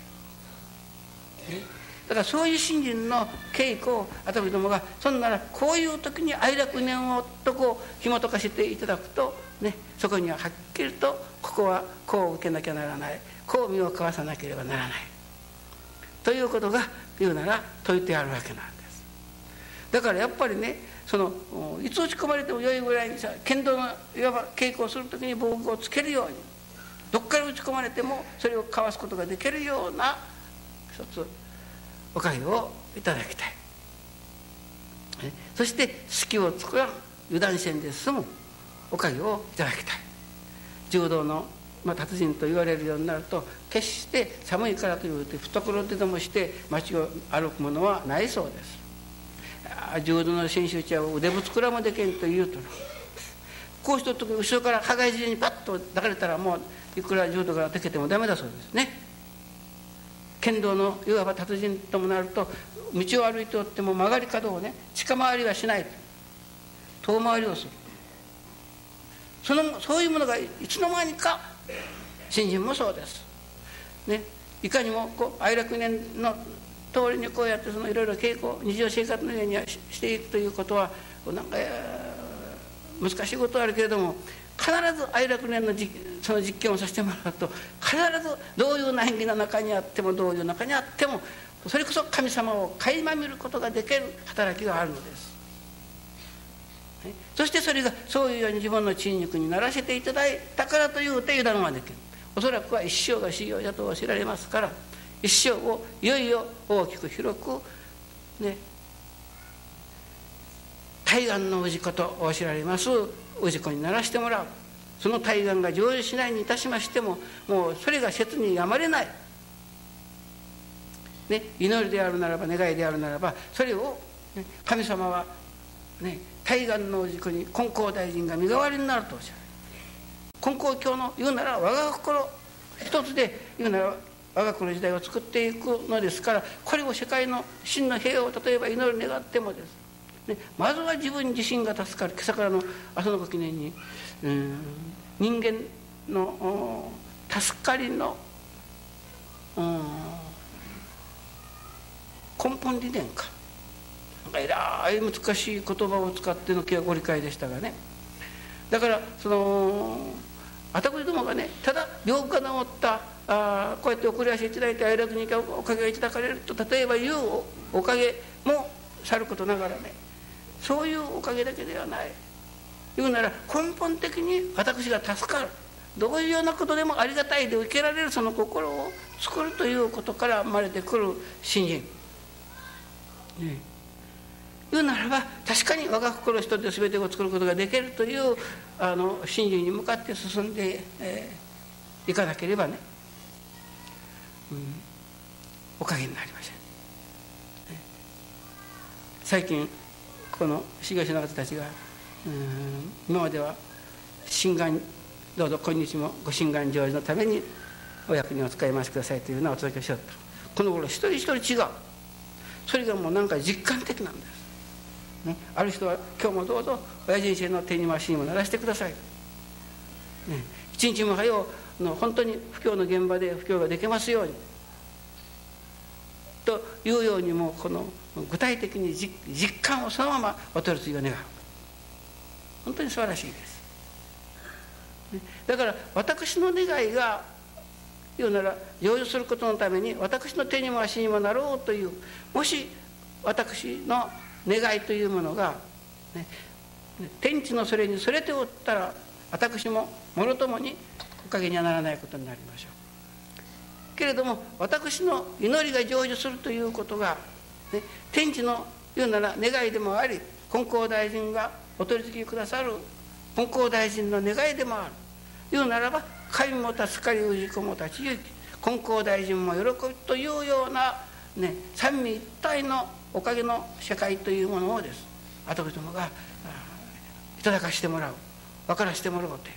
Speaker 3: だからそういう信心の稽古を私どもがそんならこういう時に哀楽念をとこう紐解かせていただくとね、そこにははっきりとここはこう受けなきゃならない、こう身を交わさなければならないということが言うなら説いてあるわけなんです。だからやっぱりね、いつ打ち込まれてもよいぐらいにさ、剣道のいわば稽古をする時に防具をつけるように、どっから打ち込まれてもそれをかわすことができるような一つおかげをいただきたい。そして隙を作らん油断線で済むおかげをいただきたい。柔道の、達人と言われるようになると決して寒いからというて懐手でもして街を歩くものはないそうです。柔道の選手は腕ぶつくらもできんと言うと、こうした時後ろから羽交い尻にパッと抱かれたらもういくら柔道ができてもダメだそうですね。剣道のいわば達人ともなると道を歩いておっても曲がり角をね近回りはしない、遠回りをする。そういうものがいつの間にか信心もそうです、ね、いかにも哀楽念の通りにこうやっていろいろ稽古日常生活のようにしていくということはなんか難しいことはあるけれども、必ず哀楽念のその実験をさせてもらうと必ずどういう難儀の中にあってもどういう中にあってもそれこそ神様を垣間見ることができる働きがあるのです。そしてそれがそういうように自分の沈肉にならせていただいたからというて油断はできる。おそらくは一生が修行だと知られますから、一生をいよいよ大きく広くね、大願の氏子と知られます氏子にならしてもらう。その大願が成就しないにいたしましてももうそれが切にやまれない、ね、祈りであるならば願いであるならばそれを、ね、神様はね大願の氏子に金光大臣が身代わりになるとおっしゃる。金光教の言うなら我が心一つで言うなら我が心時代を作っていくのですから、これを世界の真の平和を例えば祈り願ってもです、ね、まずは自分自身が助かる。今朝からの朝のご記念に人間の助かりの根本理念かえらい難しい言葉を使ってのご理解でしたがね。だから私どもがねただ病気が治ったこうやって送り足いただいて哀楽におかげがいただかれると例えばいうおかげもさることながらね、そういうおかげだけではない。言うなら根本的に私が助かる、どういうようなことでもありがたいで受けられるその心を作るということから生まれてくる信心、ね、言うならば確かに我が心一つで全てを作ることができるという信心に向かって進んでいかなければね、おかげになりません。最近この修行者の方たちが今までは心願どうぞ今日もご心願成就のためにお役にお使い回しくださいというようなお届けをしようと、この頃一人一人違う。それがもうなんか実感的なんです、ね、ある人は今日もどうぞ親人生の手にも足にも鳴らしてください、ね、一日も早う本当に布教の現場で布教ができますようにというようにもこの具体的に実感をそのままお取り次ぎを願う。本当に素晴らしいです、ね、だから私の願いが言うなら成就することのために私の手にも足にもなろうという、もし私の願いというものが、ね、天地のそれにそれておったら私ももろともにおかげにはならないことになりましょう。けれども私の祈りが成就するということが、ね、天地の言うなら願いでもあり、金光大臣がお取り次ぎくださる金光大臣の願いでもある。言うならば神も助かり氏子も立ち行き金光大臣も喜びというようなね、三位一体のおかげの世界というものをです、私どもがいただかしてもらう、分からしてもらおうという、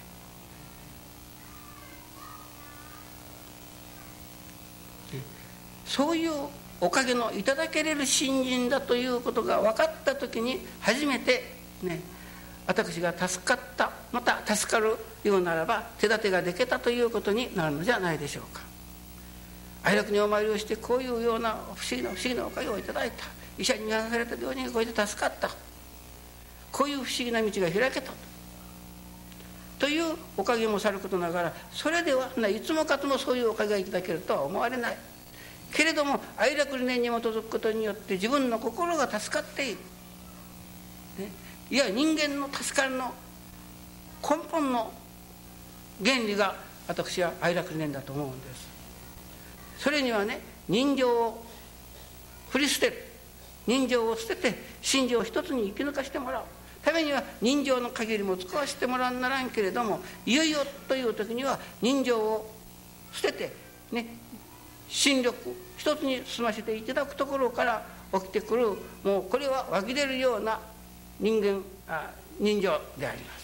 Speaker 3: そういうおかげのいただけれる信心だということが分かった時に初めてね、私が助かった、また助かるようならば手立てができたということになるのじゃないでしょうか。哀楽にお参りをしてこういうような不思議なおかげをいただいた、医者に見放された病人がこれで助かった、こういう不思議な道が開けたというおかげもさることながら、それではいつもかともそういうおかげがいただけるとは思われないけれども、哀楽理念に基づくことによって自分の心が助かっている、ね、いや人間の助かりの根本の原理が私は哀楽理念だと思うんです。それにはね、人情を振り捨てる、人情を捨てて信条を一つに生き抜かしてもらうためには人情の限りも使わせてもらわんならんけれども、いよいよという時には人情を捨ててね、心力一つに済ませていただくところから起きてくる、もうこれは湧き出るような人情であります、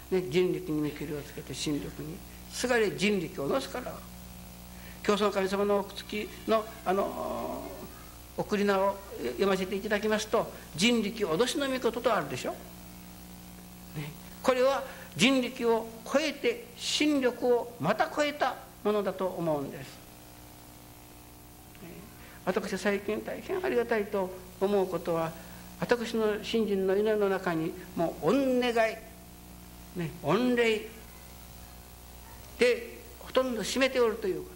Speaker 3: ね、人力に見切りをつけて心力にすがれ人力をのすから、教祖の神様の月の送り名を読ませていただきますと、人力脅しの御事とあるでしょ、ね、これは人力を超えて心力をまた超えたものだと思うんです。私は最近大変ありがたいと思うことは、私の信心の祈りの中にもう御願い、ね、御礼でほとんど占めておるということ、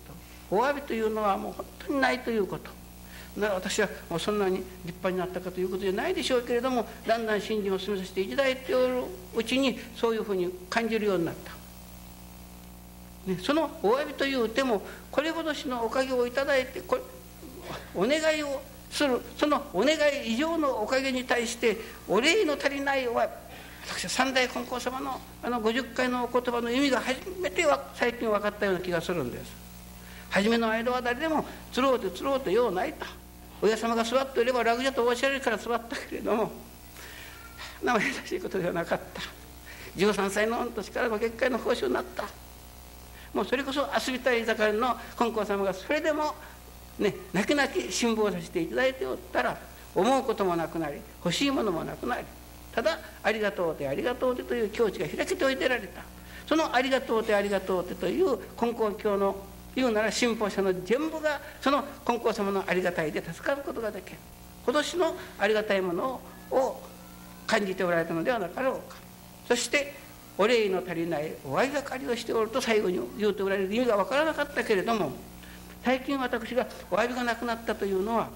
Speaker 3: お詫びというのはもう本当にないということ。なら私はもうそんなに立派になったかということじゃないでしょうけれども、だんだん信心を進めさせていただいておるうちにそういうふうに感じるようになった、ね、そのお詫びという手もこれほどしのおかげをいただいて、これお願いをする、そのお願い以上のおかげに対してお礼の足りないお詫び、私は三代金光様の50回のお言葉の意味が初めて最近分かったような気がするんです。初めの間は誰でもつろうとようないと、親様が座っていれば楽じゃとおっしゃるから座ったけれども、生優しいことではなかった。13歳の御年からご結界の奉仕になった。もうそれこそ遊びたい盛りの金光様がそれでもね、泣き泣き辛抱させていただいておったら、思うこともなくなり欲しいものもなくなり、ただありがとうてありがとうてという境地が開けておいてられた。そのありがとうてありがとうてという金光教の言うなら信奉者の全部がその金光様のありがたいで助かることができる、今年のありがたいものを感じておられたのではなかろうか。そしてお礼の足りないお愛がかりをしておると最後に言うておられる意味が分からなかったけれども、最近私がお詫びがなくなったというのは、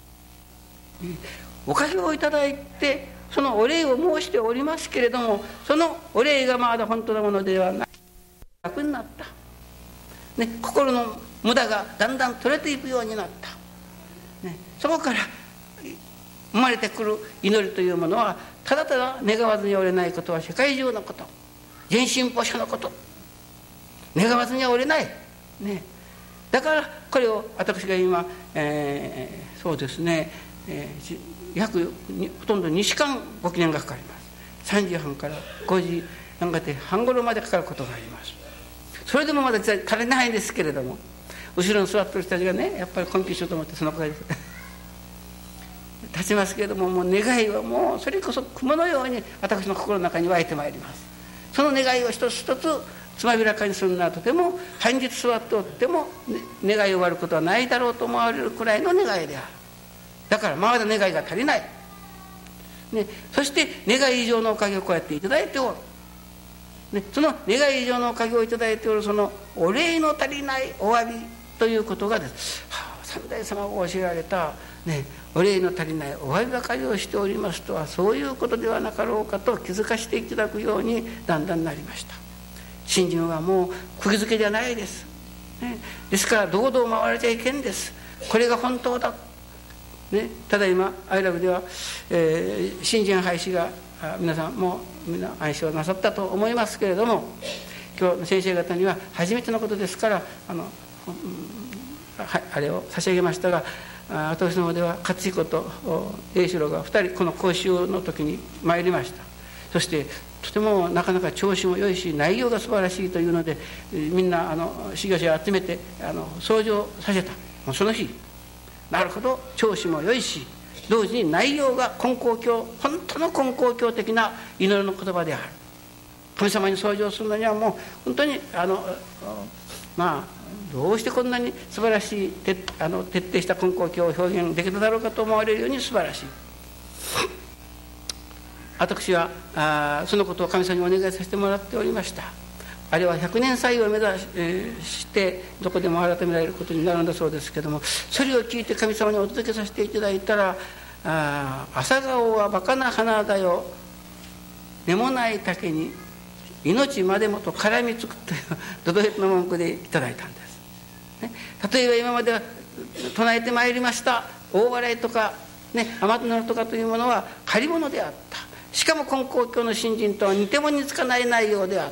Speaker 3: おかげをいただいてそのお礼を申しておりますけれども、そのお礼がまだ本当のものではない、楽になった、ね、心の無駄がだんだん取れていくようになった、ね、そこから生まれてくる祈りというものはただただ願わずにおれないことは世界中のこと、全信奉者のこと、願わずにはおれない、ね、だからこれを私が今、そうですね、約ほとんど2時間ご記念がかかります。3時半から5時なんかで半頃までかかることがあります。それでもまだ足りないんですけれども、後ろに座ってる人たちがね、やっぱり根気しようと思ってそのくらいです立ちますけれども、もう願いはもうそれこそ雲のように私の心の中に湧いてまいります。その願いを一つ一つつまびらかにするのはとても半日座っておっても、ね、願い終わることはないだろうと思われるくらいの願いである。だからまだ願いが足りない、ね、そして願い以上のおかげをこうやっていただいておる、ね、その願い以上のおかげをいただいておるそのお礼の足りないお詫びということがです、三代様が教えられた、ね、お礼の足りないお詫びばかりをしておりますとはそういうことではなかろうかと気づかせていただくようにだんだんなりました。信心はもう釘付けじゃないです、ね、ですから堂々回れちゃいけんです。これが本当だ、ね、ただ今愛楽では、信心廃止が皆さんもみんな愛称なさったと思いますけれども、今日の先生方には初めてのことですからあれを差し上げましたが、 私の方では勝彦と栄四郎が2人この講習の時に参りました。そしてとてもなかなか調子も良いし内容が素晴らしいというので、みんな修行者を集めて掃除をさせた。もうその日、なるほど、調子も良いし同時に内容が根高教、本当の根高教的な祈りの言葉である。神様に掃除をするのにはもう本当にどうしてこんなに素晴らしい徹底した根高教を表現できるだろうかと思われるように素晴らしい。私はそのことを神様にお願いさせてもらっておりました。あれは100年祭を目指してどこでも改められることになるんだそうですけども、それを聞いて神様にお届けさせていただいたら、朝顔はバカな花だよ、根もない竹に命までもと絡みつくというドドヘッの文句でいただいたんです、ね、例えば今までは唱えてまいりました大笑いとか、甘くなるとかというものは借り物であった。しかも根高教の信心とは似ても似つかない内容であった。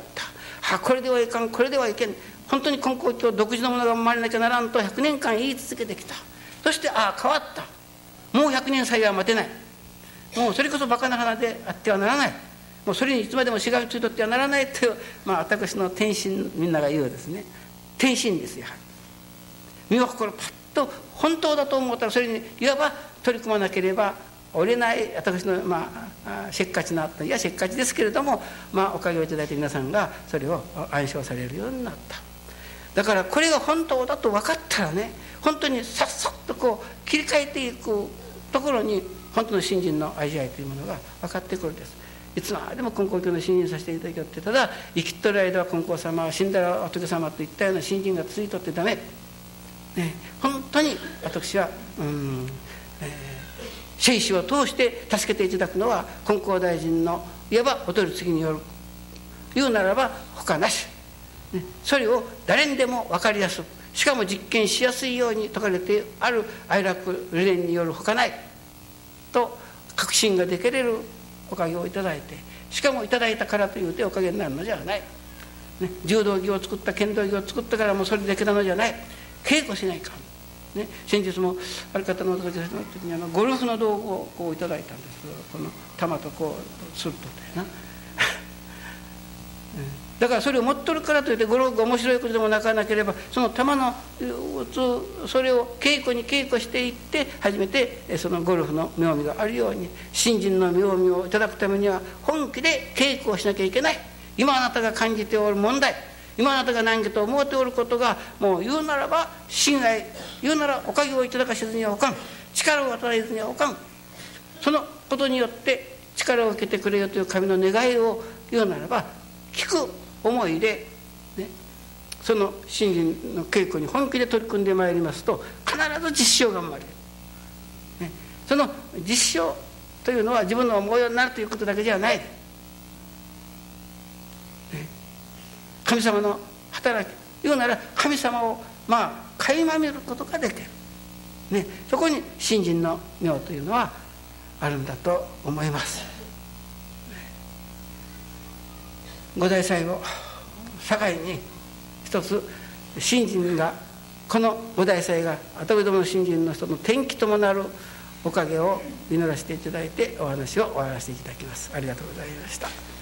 Speaker 3: これではいかん、これではいけん、本当に根高教独自のものが生まれなきゃならんと100年間言い続けてきた。そして変わった、もう100年祭は待てない、もうそれこそバカな花であってはならない、もうそれにいつまでもしがみついとってはならないという、私の天心、みんなが言うですね、天心ですよ。身を心パッと本当だと思ったらそれにいわば取り組まなければ折れない私のせっかちな、いやせっかちですけれども、おかげをいただいて皆さんがそれを暗唱されるようになった。だからこれが本当だと分かったらね、本当にさっさと切り替えていくところに本当の信心の味わいというものが分かってくるんです。いつまでも根高教の信心させていただきよって、ただ生きとる間は根高様、死んだら仏様といったような信心が続いとってダメ、本当に私は生死を通して助けていただくのは根高大臣のいわばお取り次ぎによる、言うならば他なし、それを誰にでも分かりやすく、しかも実験しやすいように説かれてある哀楽理念による他ないと確信ができれるおかげをいただいて、しかもいただいたからというておかげになるのじゃない、柔道着を作った、剣道着を作ったからもうそれだけなのじゃない、稽古しないかん、先日もある方のお届けした時にゴルフの道具をいただいたんです。この玉とするとってなだからそれを持っとるからといってゴルフが面白いことでもなかなければ、その玉のそれを稽古に稽古していって初めてそのゴルフの妙味があるように、信心の妙味をいただくためには本気で稽古をしなきゃいけない。今あなたが感じておる問題、今あなたが何かと思っておることが、もう言うならば信頼、言うならおかげをいただかしずにはおかん、力を与えずにはおかん。そのことによって力を受けてくれよという神の願いを言うならば聞く思いで、その信心の稽古に本気で取り組んでまいりますと必ず実証が生まれる、その実証というのは自分の思うようになるということだけじゃない、神様の働き、言うなら神様を垣間見ることができる、そこに信心の妙というのはあるんだと思います。五大祭を境に一つ信心が、この五大祭が跡部どもの信心の人の転機ともなるおかげを祈らせていただいてお話を終わらせていただきます。ありがとうございました。